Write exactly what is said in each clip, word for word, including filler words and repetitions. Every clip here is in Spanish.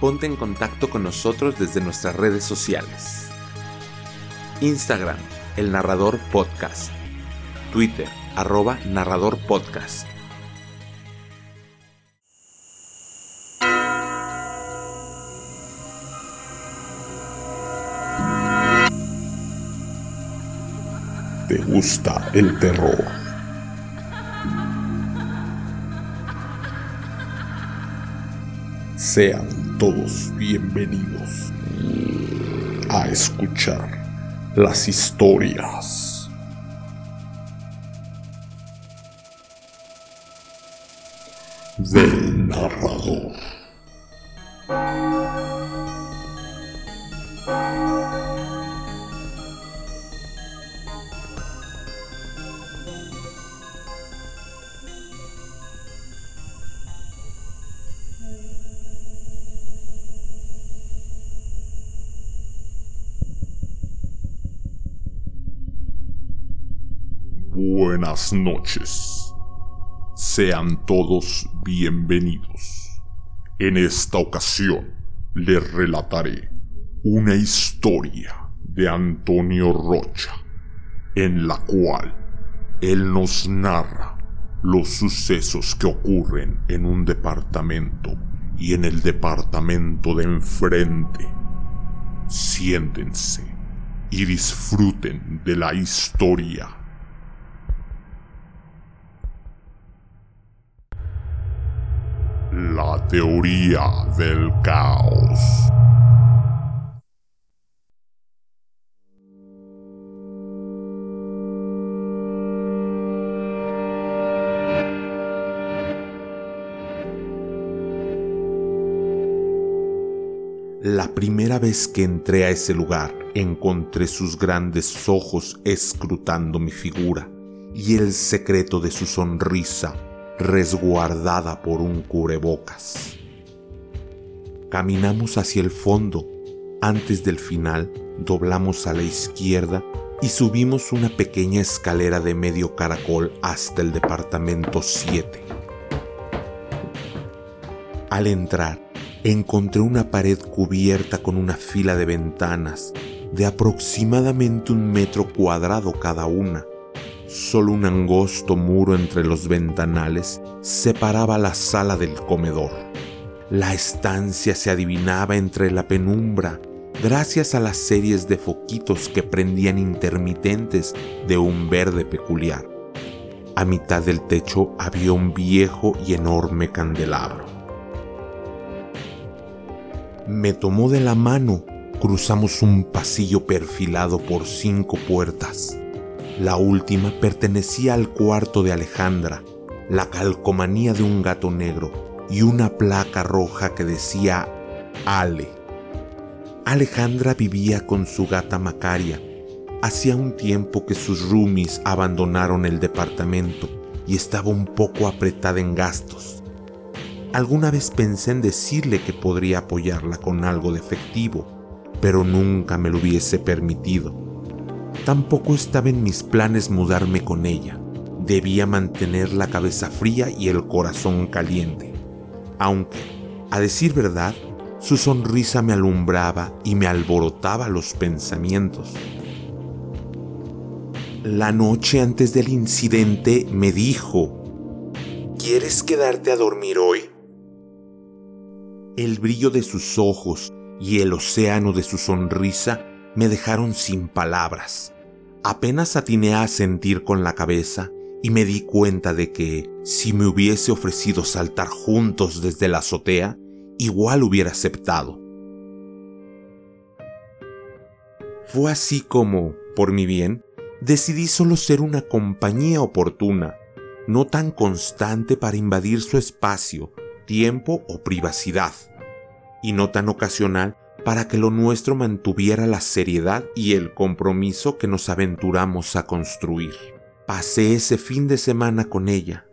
ponte en contacto con nosotros desde nuestras redes sociales. Instagram, El Narrador Podcast. Twitter, arroba Narrador Podcast. ¿Te gusta el terror? Sean todos bienvenidos a escuchar las historias del narrador. Buenas noches. Sean todos bienvenidos. En esta ocasión les relataré una historia de Antonio Rocha, en la cual él nos narra los sucesos que ocurren en un departamento y en el departamento de enfrente. Siéntense y disfruten de la historia. La teoría del caos. La primera vez que entré a ese lugar, encontré sus grandes ojos escrutando mi figura y el secreto de su sonrisa resguardada por un cubrebocas. Caminamos hacia el fondo. Antes del final, doblamos a la izquierda y subimos una pequeña escalera de medio caracol hasta el departamento siete. Al entrar, encontré una pared cubierta con una fila de ventanas de aproximadamente un metro cuadrado cada una. Solo un angosto muro entre los ventanales separaba la sala del comedor. La estancia se adivinaba entre la penumbra gracias a las series de foquitos que prendían intermitentes de un verde peculiar. A mitad del techo había un viejo y enorme candelabro. Me tomó de la mano. Cruzamos un pasillo perfilado por cinco puertas. La última pertenecía al cuarto de Alejandra, la calcomanía de un gato negro y una placa roja que decía Ale. Alejandra vivía con su gata Macaria. Hacía un tiempo que sus roomies abandonaron el departamento y estaba un poco apretada en gastos. Alguna vez pensé en decirle que podría apoyarla con algo de efectivo, pero nunca me lo hubiese permitido. Tampoco estaba en mis planes mudarme con ella. Debía mantener la cabeza fría y el corazón caliente. Aunque, a decir verdad, su sonrisa me alumbraba y me alborotaba los pensamientos. La noche antes del incidente me dijo: ¿quieres quedarte a dormir hoy? El brillo de sus ojos y el océano de su sonrisa me dejaron sin palabras. Apenas atiné a asentir con la cabeza y me di cuenta de que, si me hubiese ofrecido saltar juntos desde la azotea, igual hubiera aceptado. Fue así como, por mi bien, decidí solo ser una compañía oportuna, no tan constante para invadir su espacio, tiempo o privacidad, y no tan ocasional para que lo nuestro mantuviera la seriedad y el compromiso que nos aventuramos a construir. Pasé ese fin de semana con ella.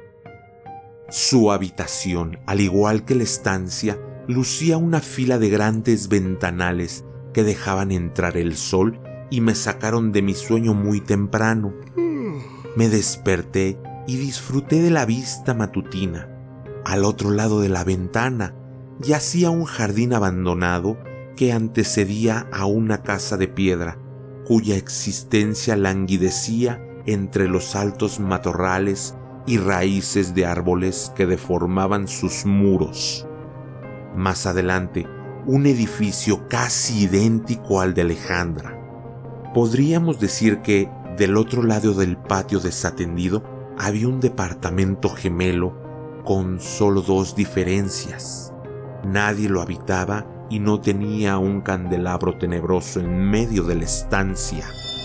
Su habitación, al igual que la estancia, lucía una fila de grandes ventanales que dejaban entrar el sol y me sacaron de mi sueño muy temprano. Me desperté y disfruté de la vista matutina. Al otro lado de la ventana yacía un jardín abandonado que antecedía a una casa de piedra, cuya existencia languidecía entre los altos matorrales y raíces de árboles que deformaban sus muros. Más adelante, un edificio casi idéntico al de Alejandra. Podríamos decir que, del otro lado del patio desatendido, había un departamento gemelo con solo dos diferencias. Nadie lo habitaba y no tenía un candelabro tenebroso en medio de la estancia.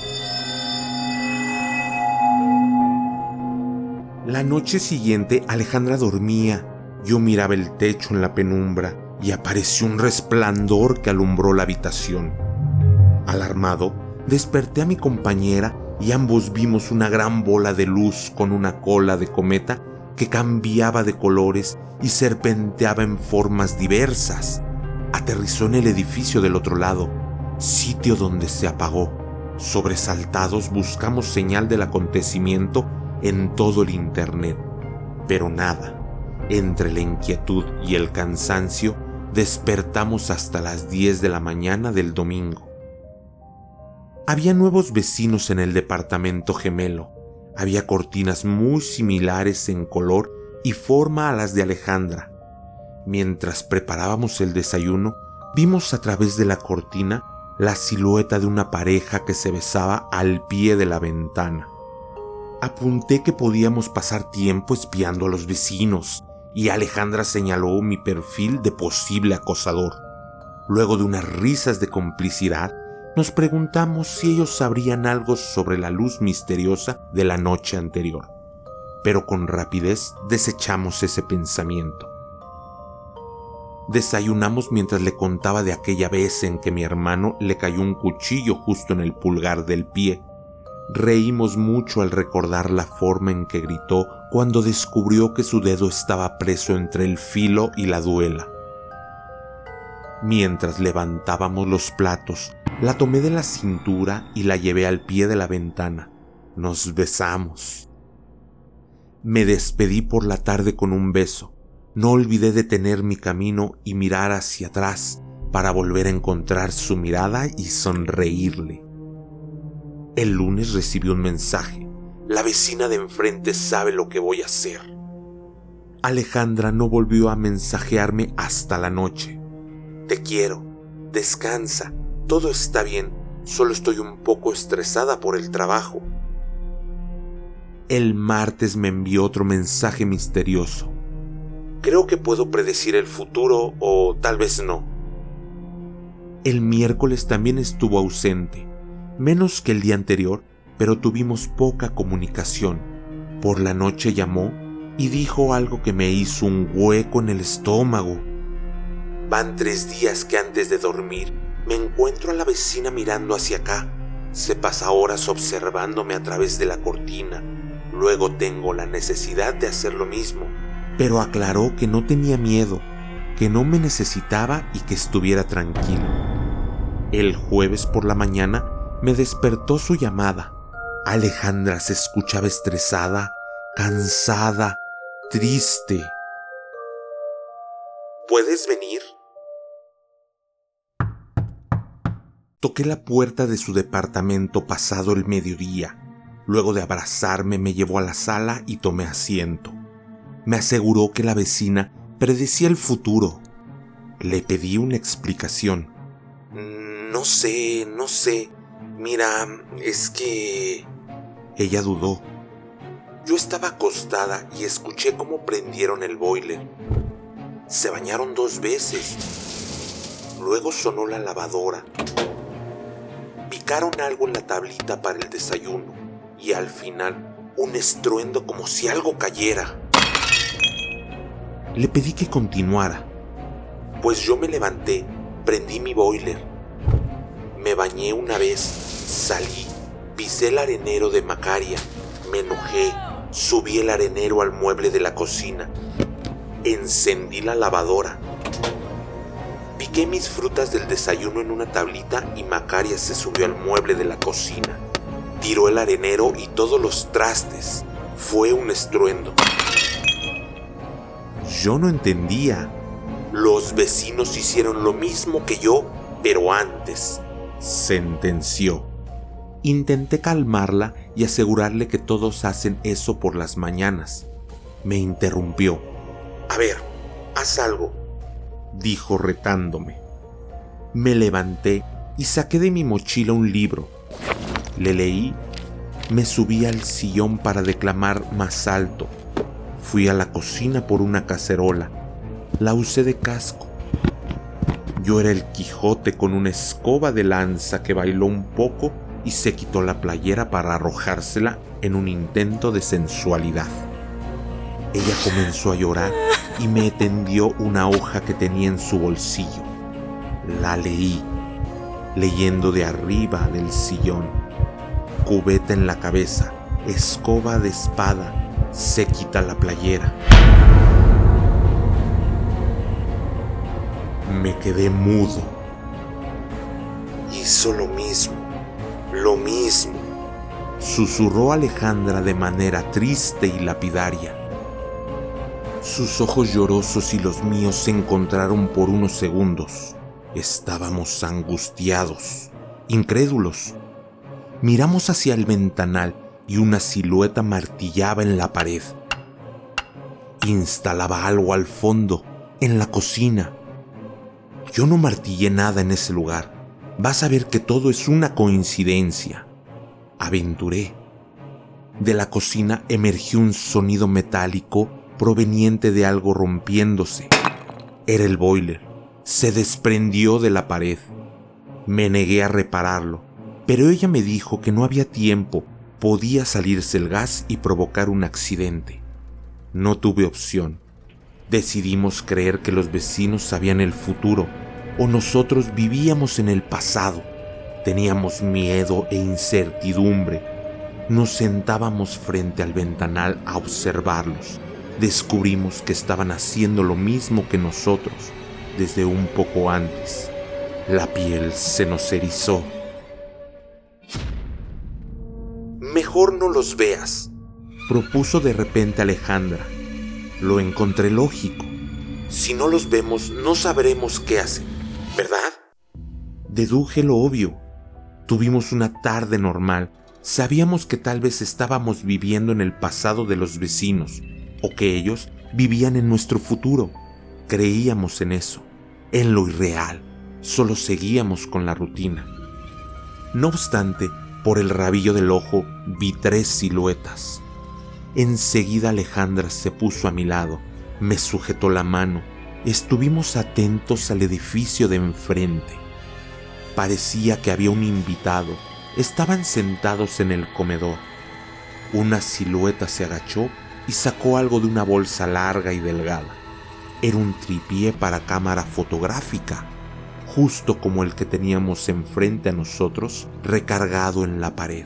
La noche siguiente, Alejandra dormía. Yo miraba el techo en la penumbra y apareció un resplandor que alumbró la habitación. Alarmado, desperté a mi compañera y ambos vimos una gran bola de luz con una cola de cometa que cambiaba de colores y serpenteaba en formas diversas. Aterrizó en el edificio del otro lado, sitio donde se apagó. Sobresaltados buscamos señal del acontecimiento en todo el internet, pero nada. Entre la inquietud y el cansancio, despertamos hasta las diez de la mañana del domingo. Había nuevos vecinos en el departamento gemelo. Había cortinas muy similares en color y forma a las de Alejandra. Mientras preparábamos el desayuno, vimos a través de la cortina la silueta de una pareja que se besaba al pie de la ventana. Apunté que podíamos pasar tiempo espiando a los vecinos y Alejandra señaló mi perfil de posible acosador. Luego de unas risas de complicidad, nos preguntamos si ellos sabrían algo sobre la luz misteriosa de la noche anterior, pero con rapidez desechamos ese pensamiento. Desayunamos mientras le contaba de aquella vez en que mi hermano le cayó un cuchillo justo en el pulgar del pie. Reímos mucho al recordar la forma en que gritó cuando descubrió que su dedo estaba preso entre el filo y la duela. Mientras levantábamos los platos, la tomé de la cintura y la llevé al pie de la ventana. Nos besamos. Me despedí por la tarde con un beso. No olvidé detener mi camino y mirar hacia atrás para volver a encontrar su mirada y sonreírle. El lunes recibí un mensaje. La vecina de enfrente sabe lo que voy a hacer. Alejandra no volvió a mensajearme hasta la noche. Te quiero. Descansa. Todo está bien. Solo estoy un poco estresada por el trabajo. El martes me envió otro mensaje misterioso. Creo que puedo predecir el futuro o tal vez no. El miércoles también estuvo ausente, menos que el día anterior, pero tuvimos poca comunicación. Por la noche llamó y dijo algo que me hizo un hueco en el estómago. Van tres días que antes de dormir me encuentro a la vecina mirando hacia acá. Se pasa horas observándome a través de la cortina. Luego tengo la necesidad de hacer lo mismo. Pero aclaró que no tenía miedo, que no me necesitaba y que estuviera tranquilo. El jueves por la mañana me despertó su llamada. Alejandra se escuchaba estresada, cansada, triste. ¿Puedes venir? Toqué la puerta de su departamento pasado el mediodía. Luego de abrazarme me llevó a la sala y tomé asiento. Me aseguró que la vecina predecía el futuro. Le pedí una explicación. No sé, no sé. Mira, es que... Ella dudó. Yo estaba acostada y escuché cómo prendieron el boiler. Se bañaron dos veces. Luego sonó la lavadora. Picaron algo en la tablita para el desayuno. Y al final, un estruendo como si algo cayera. Le pedí que continuara. Pues yo me levanté, prendí mi boiler. Me bañé una vez, salí, pisé el arenero de Macaria, me enojé, subí el arenero al mueble de la cocina. Encendí la lavadora. Piqué mis frutas del desayuno en una tablita y Macaria se subió al mueble de la cocina. Tiró el arenero y todos los trastes. Fue un estruendo. Yo no entendía. Los vecinos hicieron lo mismo que yo, pero antes, sentenció. Intenté calmarla y asegurarle que todos hacen eso por las mañanas. Me interrumpió. A ver, haz algo, dijo retándome. Me levanté y saqué de mi mochila un libro. Le leí. Me subí al sillón para declamar más alto. Fui a la cocina por una cacerola. La usé de casco. Yo era el Quijote con una escoba de lanza que bailó un poco y se quitó la playera para arrojársela en un intento de sensualidad. Ella comenzó a llorar y me tendió una hoja que tenía en su bolsillo. La leí, leyendo de arriba del sillón. Cubeta en la cabeza, escoba de espada, se quita la playera. Me quedé mudo. Hizo lo mismo, lo mismo, susurró Alejandra de manera triste y lapidaria. Sus ojos llorosos y los míos se encontraron por unos segundos. Estábamos angustiados, incrédulos. Miramos hacia el ventanal y una silueta martillaba en la pared. Instalaba algo al fondo, en la cocina. Yo no martillé nada en ese lugar. Vas a ver que todo es una coincidencia, aventuré. De la cocina emergió un sonido metálico proveniente de algo rompiéndose. Era el boiler. Se desprendió de la pared. Me negué a repararlo, pero ella me dijo que no había tiempo. Podía salirse el gas y provocar un accidente. No tuve opción. Decidimos creer que los vecinos sabían el futuro o nosotros vivíamos en el pasado. Teníamos miedo e incertidumbre. Nos sentábamos frente al ventanal a observarlos. Descubrimos que estaban haciendo lo mismo que nosotros desde un poco antes. La piel se nos erizó. Mejor no los veas, propuso de repente Alejandra. Lo encontré lógico. Si no los vemos, no sabremos qué hacen, ¿verdad? Deduje lo obvio. Tuvimos una tarde normal. Sabíamos que tal vez estábamos viviendo en el pasado de los vecinos, o que ellos vivían en nuestro futuro. Creíamos en eso, en lo irreal. Solo seguíamos con la rutina. No obstante, por el rabillo del ojo vi tres siluetas. Enseguida Alejandra se puso a mi lado, me sujetó la mano. Estuvimos atentos al edificio de enfrente. Parecía que había un invitado. Estaban sentados en el comedor. Una silueta se agachó y sacó algo de una bolsa larga y delgada. Era un tripié para cámara fotográfica, justo como el que teníamos enfrente a nosotros, recargado en la pared.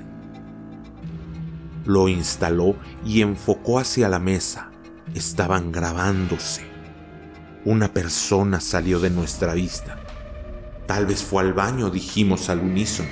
Lo instaló y enfocó hacia la mesa. Estaban grabándose. Una persona salió de nuestra vista. Tal vez fue al baño, dijimos al unísono.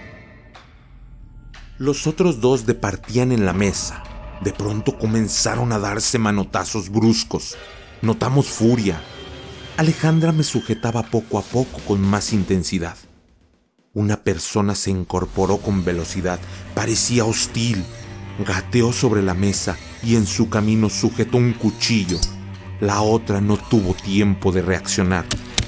Los otros dos departían en la mesa. De pronto comenzaron a darse manotazos bruscos. Notamos furia. Alejandra me sujetaba poco a poco con más intensidad. Una persona se incorporó con velocidad. Parecía hostil. Gateó sobre la mesa y en su camino sujetó un cuchillo. La otra no tuvo tiempo de reaccionar.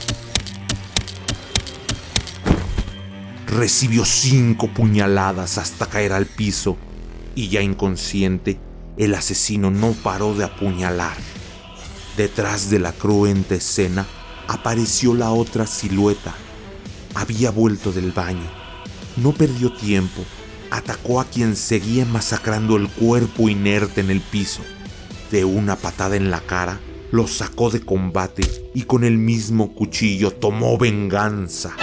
Recibió cinco puñaladas hasta caer al piso y ya inconsciente, el asesino no paró de apuñalar. Detrás de la cruenta escena apareció la otra silueta. Había vuelto del baño. No perdió tiempo. Atacó a quien seguía masacrando el cuerpo inerte en el piso. De una patada en la cara, lo sacó de combate y con el mismo cuchillo tomó venganza.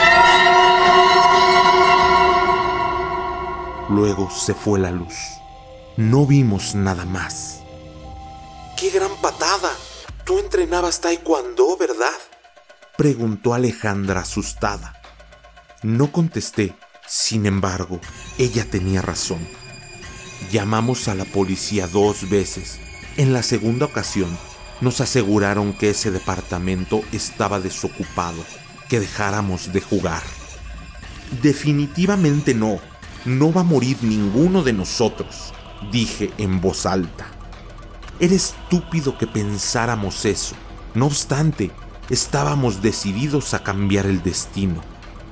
Luego se fue la luz. No vimos nada más. ¡Qué gran patada! Tú entrenabas taekwondo, ¿verdad?, preguntó Alejandra asustada. No contesté. Sin embargo, ella tenía razón. Llamamos a la policía dos veces. En la segunda ocasión, Nos aseguraron que ese departamento estaba desocupado, que dejáramos de jugar. Definitivamente no, no va a morir ninguno de nosotros, dije en voz alta. Era estúpido que pensáramos eso. No obstante, estábamos decididos a cambiar el destino.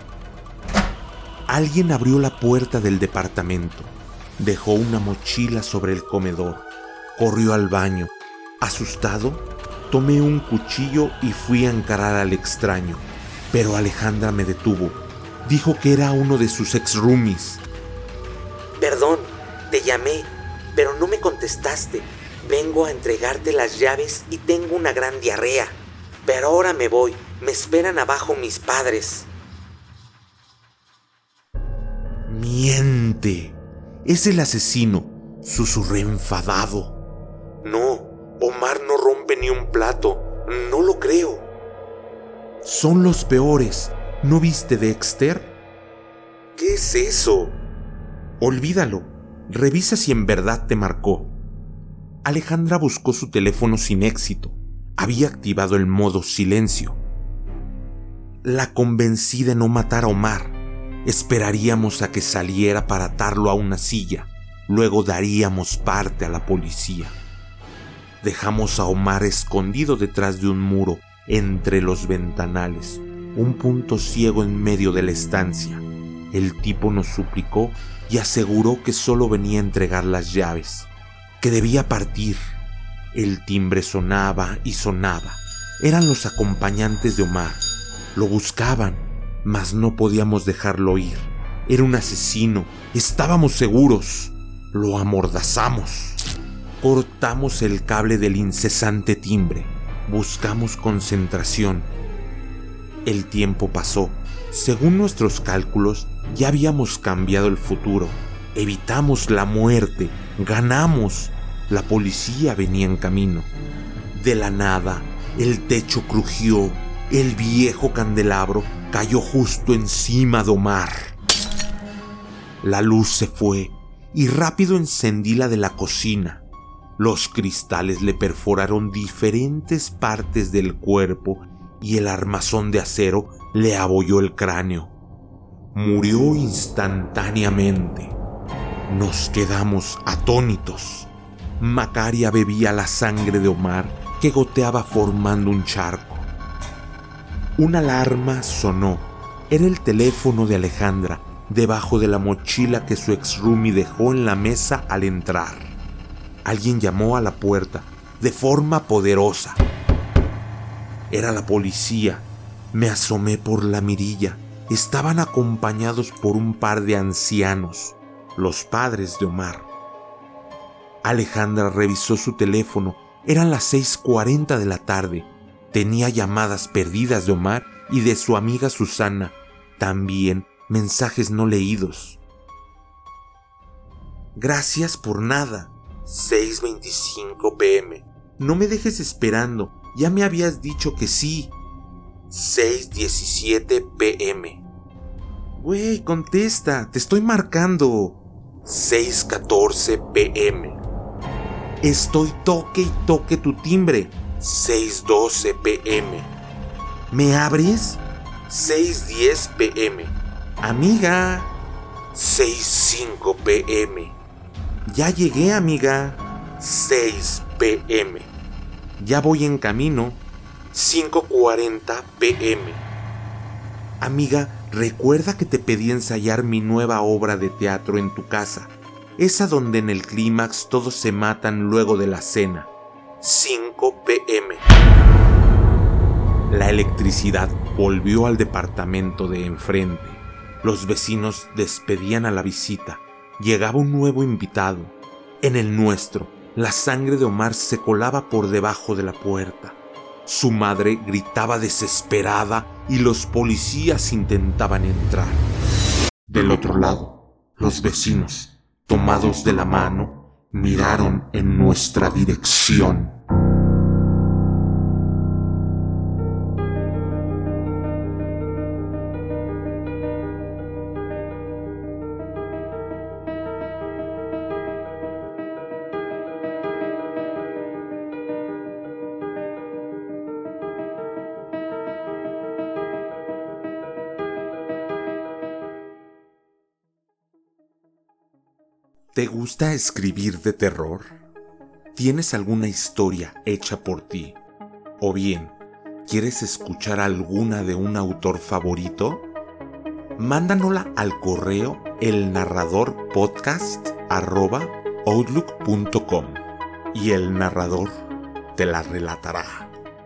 Alguien abrió la puerta del departamento, dejó una mochila sobre el comedor, corrió al baño. Asustado, tomé un cuchillo y fui a encarar al extraño, pero Alejandra me detuvo. Dijo que era uno de sus ex-roomies. Perdón, te llamé, pero no me contestaste. Vengo a entregarte las llaves y tengo una gran diarrea. Pero ahora me voy, me esperan abajo mis padres. Miente, es el asesino, susurré enfadado. No, Omar no rompe ni un plato, no lo creo. Son los peores, ¿no viste Dexter? ¿Qué es eso? Olvídalo, revisa si en verdad te marcó. Alejandra buscó su teléfono sin éxito. Había activado el modo silencio. La convencí de no matar a Omar. Esperaríamos a que saliera para atarlo a una silla. Luego daríamos parte a la policía. Dejamos a Omar escondido detrás de un muro, entre los ventanales, un punto ciego en medio de la estancia. El tipo nos suplicó y aseguró que solo venía a entregar las llaves, que debía partir. El timbre sonaba y sonaba. Eran los acompañantes de Omar. Lo buscaban, mas no podíamos dejarlo ir. Era un asesino, estábamos seguros. Lo amordazamos. Cortamos el cable del incesante timbre. Buscamos concentración. El tiempo pasó. Según nuestros cálculos, ya habíamos cambiado el futuro. Evitamos la muerte. Ganamos. La policía venía en camino. De la nada, el techo crujió. El viejo candelabro cayó justo encima de Omar. La luz se fue y rápido encendí la de la cocina. Los cristales le perforaron diferentes partes del cuerpo y el armazón de acero le abolló el cráneo. Murió instantáneamente. Nos quedamos atónitos. Macaria bebía la sangre de Omar que goteaba formando un charco. Una alarma sonó. Era el teléfono de Alejandra, debajo de la mochila que su ex-roomie dejó en la mesa al entrar. Alguien llamó a la puerta, de forma poderosa. Era la policía. Me asomé por la mirilla. Estaban acompañados por un par de ancianos, los padres de Omar. Alejandra revisó su teléfono. Eran las seis cuarenta de la tarde. Tenía llamadas perdidas de Omar y de su amiga Susana. También mensajes no leídos. Gracias por nada. seis veinticinco pm. No me dejes esperando. Ya me habías dicho que sí. seis diecisiete pm. Güey, contesta. Te estoy marcando. seis catorce pm. Estoy toque y toque tu timbre. seis doce pm. ¿Me abres? seis diez pm. Amiga. seis cinco pm. Ya llegué, amiga. seis pm. Ya voy en camino. cinco cuarenta pm. Amiga, recuerda que te pedí ensayar mi nueva obra de teatro en tu casa. Esa donde en el clímax todos se matan luego de la cena. cinco pm. La electricidad volvió al departamento de enfrente. Los vecinos despedían a la visita. Llegaba un nuevo invitado. En el nuestro, la sangre de Omar se colaba por debajo de la puerta. Su madre gritaba desesperada y los policías intentaban entrar. Del otro lado, los vecinos, tomados de la mano, miraron en nuestra dirección. ¿Te gusta escribir de terror? ¿Tienes alguna historia hecha por ti? ¿O bien, quieres escuchar alguna de un autor favorito? Mándanosla al correo elnarradorpodcast arroba outlook punto com y el narrador te la relatará.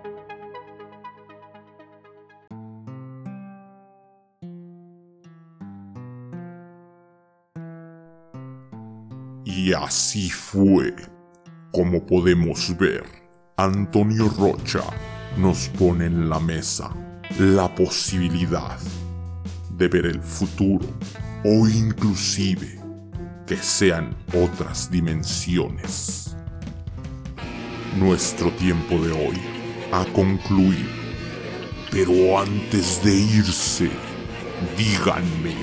Y así fue. Como podemos ver, Antonio Rocha nos pone en la mesa la posibilidad de ver el futuro o inclusive que sean otras dimensiones. Nuestro tiempo de hoy ha concluido, pero antes de irse, díganme,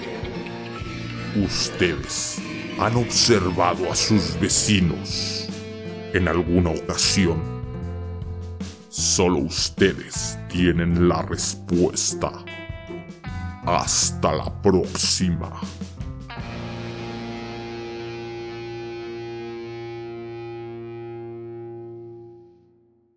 ¿ustedes han observado a sus vecinos en alguna ocasión? Solo ustedes tienen la respuesta. Hasta la próxima.